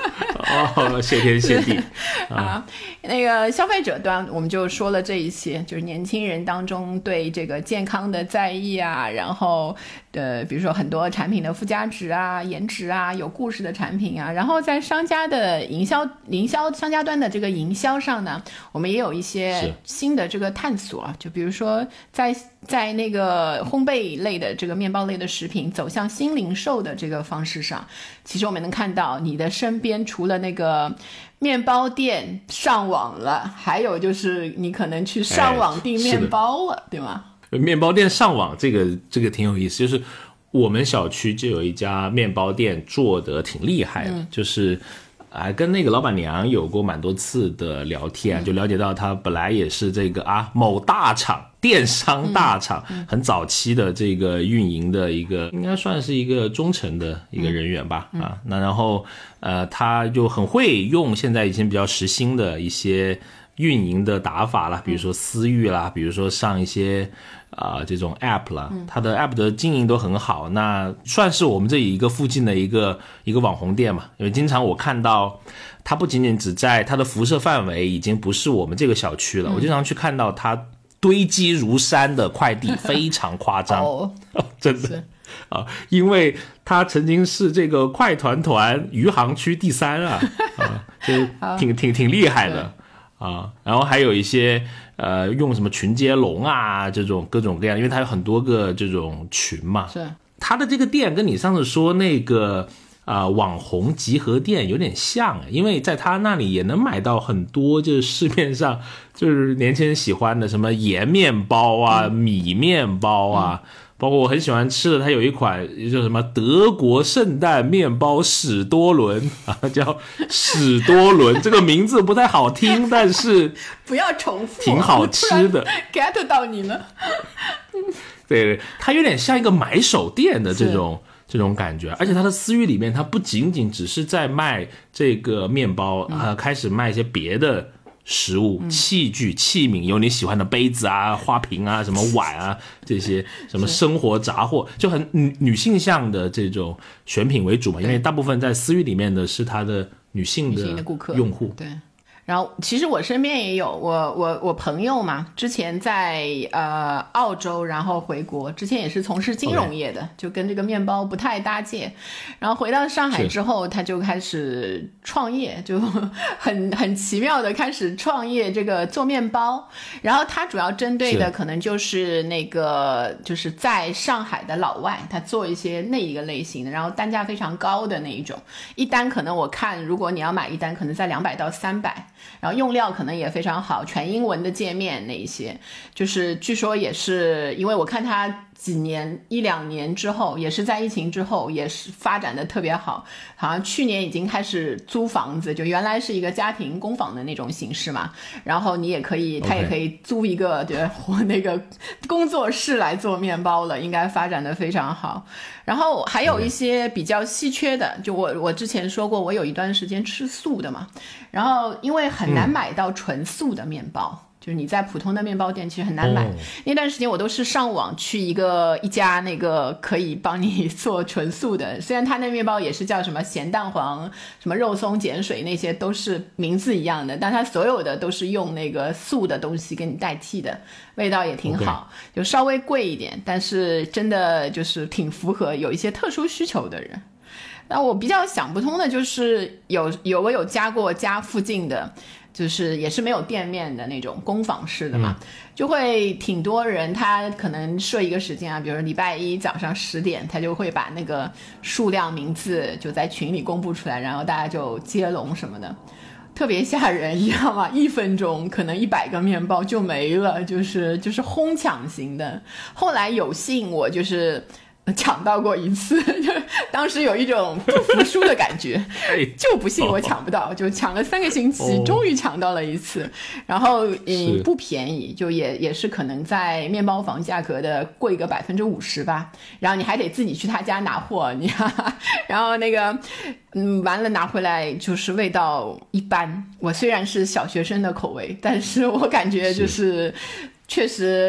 哦，谢天谢地啊！那个消费者端我们就说了这一些，就是年轻人当中对这个健康的在意啊，然后呃，比如说很多产品的附加值啊、颜值啊、有故事的产品啊，然后在商家的营销、营销商家端的这个营销上呢，我们也有一些新的这个探索啊，就比如说在在那个烘焙类的这个面包类的食品走向新零售的这个方式上，其实我们能看到你的身边除了那个面包店上网了，还有就是你可能去上网订面包了，哎、对吗？ 面包店上网这个这个挺有意思，就是我们小区就有一家面包店做得挺厉害的，嗯、就是啊，跟那个老板娘有过蛮多次的聊天、嗯、就了解到她本来也是这个啊某大厂电商大厂、嗯嗯、很早期的这个运营的一个应该算是一个中层的一个人员吧、嗯、啊，那然后呃他就很会用现在已经比较时兴的一些运营的打法啦，比如说私域啦，比如说上一些啊、呃、这种 app 啦，它的 app 的经营都很好，那算是我们这一个附近的一个一个网红店嘛，因为经常我看到它不仅仅只在它的辐射范围已经不是我们这个小区了、嗯、我经常去看到它堆积如山的快递，非常夸张、哦、真的啊，因为它曾经是这个快团团余杭区第三啊，啊就挺挺挺厉害的啊，然后还有一些呃用什么群接龙啊这种各种各样，因为它有很多个这种群嘛，是它的这个店跟你上次说那个啊、呃、网红集合店有点像，因为在他那里也能买到很多就是市面上就是年轻人喜欢的什么盐面包啊、嗯、米面包啊、嗯，包括我很喜欢吃的，它有一款叫什么德国圣诞面包史多伦啊，叫史多伦，这个名字不太好听，但是不要重复， 挺好吃的。 get 到你了。 对，它有点像一个买手店的这种这种感觉，而且它的私域里面，它不仅仅只是在卖这个面包啊、嗯呃，开始卖一些别的食物、器具、器皿，有你喜欢的杯子啊、花瓶啊、什么碗啊，这些什么生活杂货，就很女女性向的这种选品为主嘛，因为大部分在私域里面的是它的女性的顾客用户。 对。然后其实我身边也有我我我朋友嘛，之前在呃澳洲，然后回国，之前也是从事金融业的， okay. 就跟这个面包不太搭界。然后回到上海之后，他就开始创业，就很很奇妙的开始创业这个做面包。然后他主要针对的可能就是那个就是在上海的老外，他做一些那一个类型的，然后单价非常高的那一种，一单可能我看如果你要买一单，可能在两百到三百。然后用料可能也非常好，全英文的界面那一些，就是据说也是因为我看他几年一两年之后，也是在疫情之后也是发展的特别好，好像去年已经开始租房子，就原来是一个家庭工坊的那种形式嘛，然后你也可以他也可以租一个对那个工作室来做面包了，应该发展的非常好。然后还有一些比较稀缺的，就我我之前说过我有一段时间吃素的嘛，然后因为很难买到纯素的面包、嗯，就是你在普通的面包店其实很难买、哦、那段时间我都是上网去一个一家那个可以帮你做纯素的，虽然它那面包也是叫什么咸蛋黄什么肉松碱水，那些都是名字一样的，但它所有的都是用那个素的东西给你代替的，味道也挺好、okay. 就稍微贵一点，但是真的就是挺符合有一些特殊需求的人。那我比较想不通的就是有有我有加过家附近的，就是也是没有店面的那种工坊式的嘛、嗯、就会挺多人他可能设一个时间啊，比如说礼拜一早上十点，他就会把那个数量名字就在群里公布出来，然后大家就接龙什么的，特别吓人，你知道吗？一分钟可能一百个面包就没了，就是就是哄抢型的。后来有幸我就是抢到过一次，就是当时有一种不服输的感觉，就不信我抢不到，就抢了三个星期，终于抢到了一次。然后嗯不便宜，就也也是可能在面包房价格的贵个百分之五十吧。然后你还得自己去他家拿货，你然后那个嗯完了拿回来就是味道一般。我虽然是小学生的口味，但是我感觉就是确实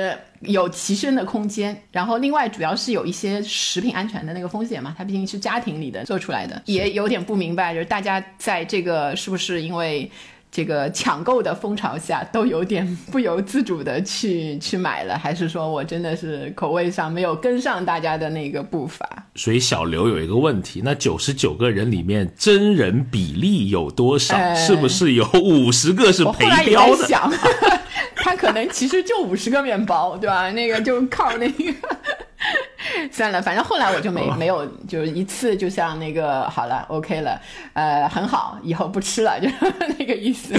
有提升的空间。然后另外主要是有一些食品安全的那个风险嘛，它毕竟是家庭里的做出来的，也有点不明白，就是大家在这个是不是因为这个抢购的风潮下都有点不由自主的去去买了，还是说我真的是口味上没有跟上大家的那个步伐。 所以小刘有一个问题，那九十九个人里面真人比例有多少、呃、是不是有五十个是陪标的？我后来也在想他可能其实就五十个面包，对吧？那个就靠那个算了，反正后来我就没没有，就是一次就像那个好了 OK 了，呃，很好，以后不吃了，就那个意思。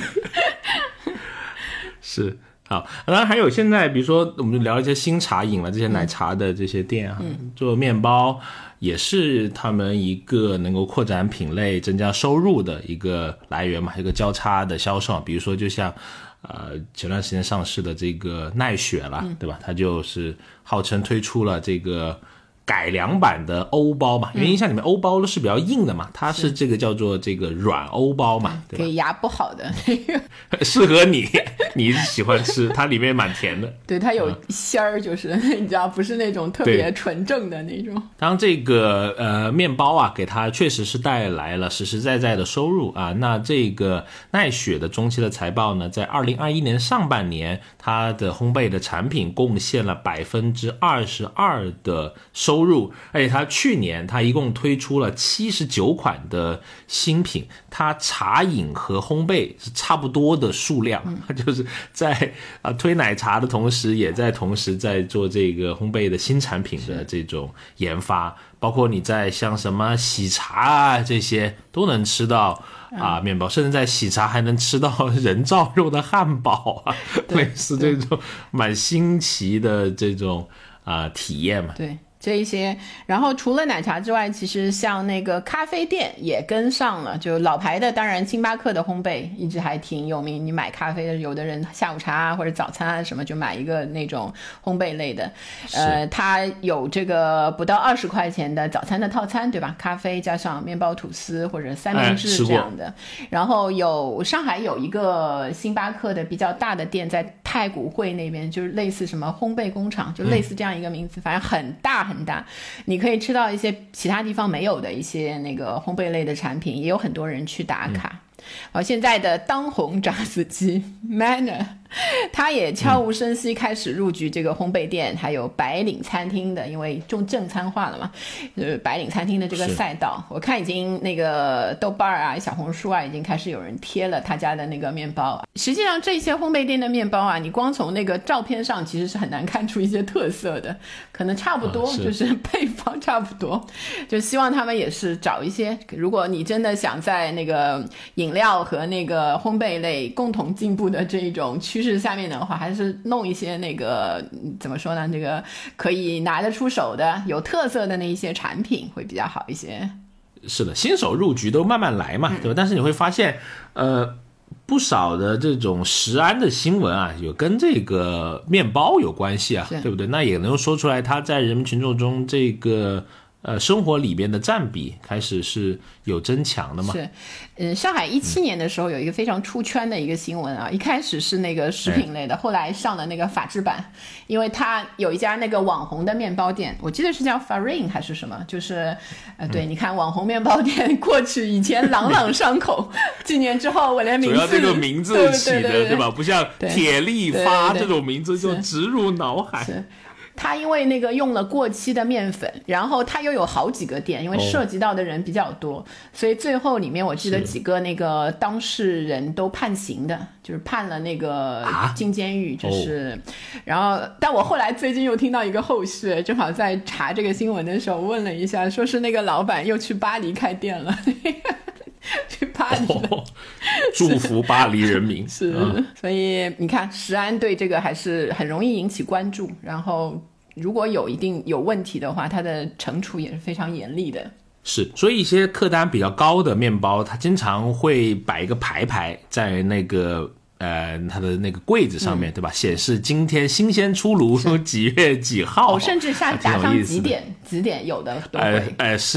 是好，当然还有现在比如说我们聊一些新茶饮了，这些奶茶的这些店啊、嗯、做面包也是他们一个能够扩展品类增加收入的一个来源嘛，一个交叉的销售。比如说就像呃，前段时间上市的这个奈雪啦、嗯、对吧，它就是号称推出了这个改良版的欧包嘛，因为印象里面欧包是比较硬的嘛，它是这个叫做这个软欧包嘛，对吧？ 给牙不好的那个适合你，你喜欢吃，它里面蛮甜的。 对，它有馅儿，就是、嗯、你知道，不是那种特别纯正的那种。 当这个呃面包啊，给它确实是带来了实实在在的收入啊。那这个奈雪的中期的财报呢，在二零二一年上半年，它的烘焙的产品贡献了百分之二十二的收入。收入，而且它去年它一共推出了七十九款的新品，它茶饮和烘焙是差不多的数量，它、嗯、就是在啊推奶茶的同时，也在同时在做这个烘焙的新产品的这种研发，包括你在像什么喜茶啊这些都能吃到啊面包，甚至在喜茶还能吃到人造肉的汉堡啊，类似这种蛮新奇的这种啊体验嘛。 对。这一些，然后除了奶茶之外，其实像那个咖啡店也跟上了，就老牌的，当然星巴克的烘焙一直还挺有名，你买咖啡的，有的人下午茶啊或者早餐啊什么就买一个那种烘焙类的，呃，它有这个不到二十块钱的早餐的套餐，对吧？咖啡加上面包吐司或者三明治这样的、哎、然后有上海有一个星巴克的比较大的店在太古汇那边，就是类似什么烘焙工厂，就类似这样一个名字、嗯、反正很大很大，你可以吃到一些其他地方没有的一些那个烘焙类的产品，也有很多人去打卡。嗯而现在的当红炸子鸡 Manner 他也悄无声息开始入局这个烘焙店、嗯、还有白领餐厅的，因为重正餐化了嘛，就是白领餐厅的这个赛道，我看已经那个豆瓣啊小红书啊已经开始有人贴了他家的那个面包。实际上这些烘焙店的面包啊，你光从那个照片上其实是很难看出一些特色的，可能差不多、嗯、是就是配方差不多，就希望他们也是找一些，如果你真的想在那个饮料和那个烘焙类共同进步的这种趋势下面的话，还是弄一些那个怎么说呢，这个可以拿得出手的有特色的那一些产品会比较好一些。 是的，新手入局都慢慢来嘛、嗯、对吧？但是你会发现呃不少的这种食安的新闻啊，有跟这个面包有关系啊，对不对？那也能说出来它在人民群众中这个呃，生活里边的占比开始是有增强的嘛？ 是，嗯，上海一七年的时候有一个非常出圈的一个新闻啊，嗯、一开始是那个食品类的，哎、后来上了那个法制版，因为它有一家那个网红的面包店，我记得是叫 Farin 还是什么，就是呃，对，嗯、你看网红面包店过去以前朗朗上口，几年之后我连名字， 主要这个名字起的 对, 对, 对, 对吧？不像铁力发这种名字就植入脑海。 是他因为那个用了过期的面粉，然后他又有好几个店，因为涉及到的人比较多、哦、所以最后里面我记得几个那个当事人都判刑的，就是判了那个进监狱、啊、就是、哦、然后但我后来最近又听到一个后续，正好在查这个新闻的时候问了一下，说是那个老板又去巴黎开店了去巴黎了、哦、 祝福巴黎人民是、嗯、所以你看食安对这个还是很容易引起关注，然后如果有一定有问题的话，它的惩处也是非常严厉的。 是，所以一些客单比较高的面包，它经常会摆一个牌牌在那个呃，它的那个柜子上面、嗯、对吧？显示今天新鲜出炉，几月几号， 哦，甚至下打上几点，几点有的都会， 哎、呃呃、是。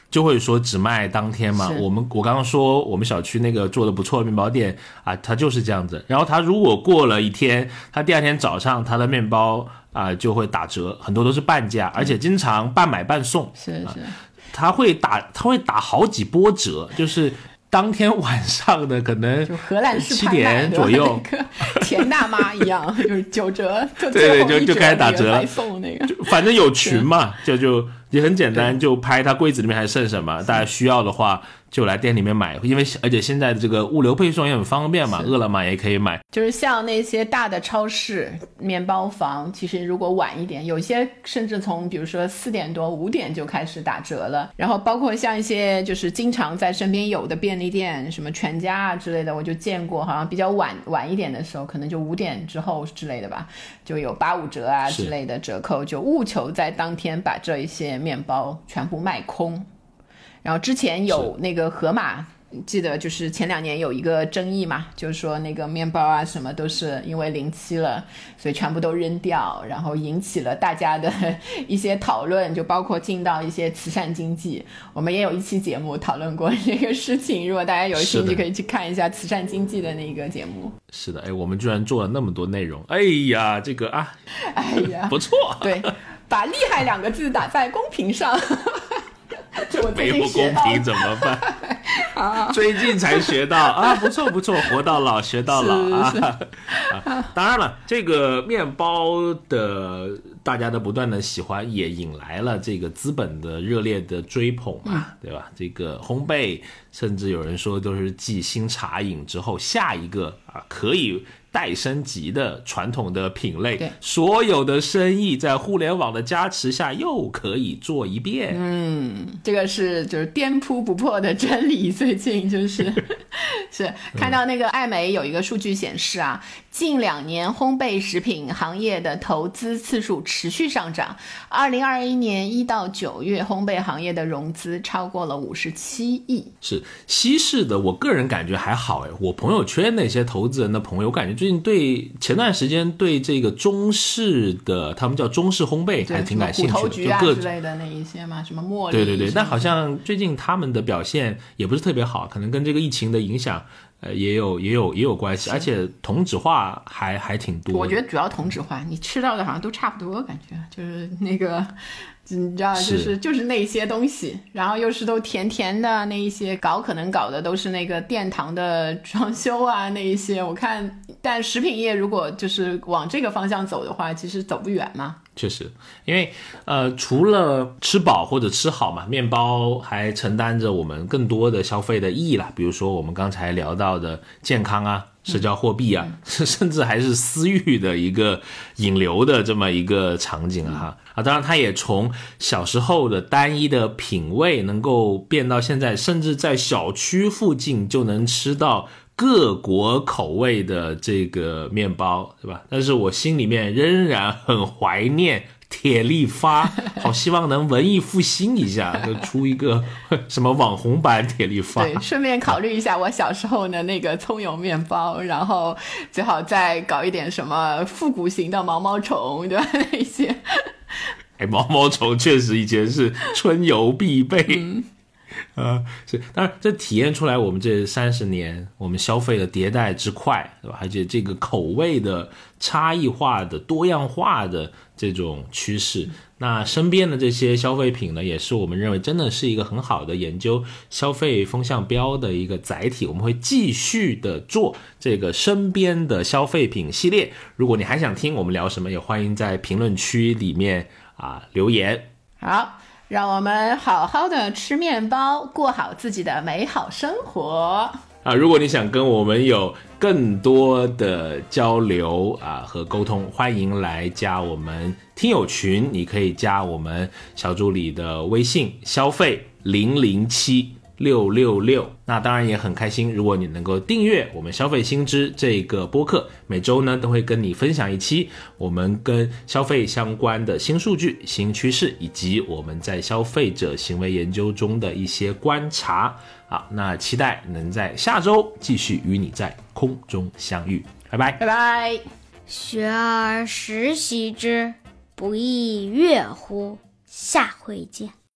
就会说只卖当天嘛。我们我刚刚说我们小区那个做的不错的面包店啊，它就是这样子。然后它如果过了一天，它第二天早上它的面包啊就会打折，很多都是半价，而且经常半买半送。 是是，啊、 它会打它会打好几波折，就是当天晚上的可能就荷兰式七点左右， 跟田大妈一样，就是九折，就对对，就就开始打折了， 白送那个， 反正有群嘛，就就也很简单，就拍它柜子里面还剩什么，大家需要的话就来店里面买，因为而且现在的这个物流配送也很方便嘛，饿了么也可以买。 就是像那些大的超市、面包房，其实如果晚一点，有些甚至从比如说四点多、五点就开始打折了。然后包括像一些就是经常在身边有的便利店，什么全家啊之类的，我就见过，好像比较晚晚一点的时候，可能就五点之后之类的吧，就有八五折啊之类的折扣，就务求在当天把这一些面包全部卖空。然后之前有那个盒马，记得就是前两年有一个争议嘛，就是说那个面包啊什么都是因为临期了，所以全部都扔掉，然后引起了大家的一些讨论，就包括进到一些慈善经济。我们也有一期节目讨论过这个事情，如果大家有兴趣可以去看一下慈善经济的那个节目。 是的，哎，我们居然做了那么多内容，哎呀，这个啊， 哎呀， 不错， 对，把厉害两个字打在公屏上。 没有公平怎么办？啊、最近才学到啊，不错不错，活到老学到老啊，啊！当然了，这个面包的大家的不断的喜欢，也引来了这个资本的热烈的追捧嘛，嗯、对吧？这个烘焙，甚至有人说都是继新茶饮之后下一个啊可以待升级的传统的品类，所有的生意在互联网的加持下又可以做一遍。 嗯，这个是就是颠扑不破的真理。最近就是是看到那个艾媒有一个数据显示啊，近两年烘焙食品行业的投资次数持续上涨。二零二一年一到九月，烘焙行业的融资超过了五十七亿。 是西式的，我个人感觉还好哎。我朋友圈那些投资人的朋友，我感觉最近对前段时间对这个中式的，他们叫中式烘焙，还挺感兴趣的。 虎头局啊之类的那一些嘛，什么茉莉。 对对对，但好像最近他们的表现也不是特别好，可能跟这个疫情的影响。呃，也有也有也有关系，而且同质化还还挺多的。 我觉得主要同质化，你吃到的好像都差不多，感觉就是那个，你知道，就是就是那些东西，然后又是都甜甜的那一些，搞可能搞的都是那个殿堂的装修啊那一些。我看，但食品业如果就是往这个方向走的话，其实走不远嘛。 确实，因为呃，除了吃饱或者吃好嘛，面包还承担着我们更多的消费的意义啦。比如说我们刚才聊到的健康啊、社交货币啊，嗯、甚至还是私欲的一个引流的这么一个场景啊哈。啊，当然它也从小时候的单一的品味，能够变到现在，甚至在小区附近就能吃到各国口味的这个面包，对吧？但是我心里面仍然很怀念铁力发，好希望能文艺复兴一下，就出一个什么网红版铁力发。 对，顺便考虑一下我小时候的那个葱油面包，然后最好再搞一点什么复古型的毛毛虫，对吧？那些。 哎，毛毛虫确实以前是春游必备。 嗯呃，是，当然这体验出来我们这三十年我们消费的迭代之快，对吧？而且这个口味的差异化的多样化的这种趋势，那身边的这些消费品呢，也是我们认为真的是一个很好的研究消费风向标的一个载体。我们会继续的做这个身边的消费品系列，如果你还想听我们聊什么，也欢迎在评论区里面啊留言。 好，让我们好好的吃面包，过好自己的美好生活啊！如果你想跟我们有更多的交流啊和沟通，欢迎来加我们听友群，你可以加我们小助理的微信消费零零七六六六。那当然也很开心，如果你能够订阅我们消费新知这个播客，每周呢都会跟你分享一期我们跟消费相关的新数据、新趋势，以及我们在消费者行为研究中的一些观察。好，那期待能在下周继续与你在空中相遇，拜拜， 拜拜。 学而时习之，不亦说乎？下回见。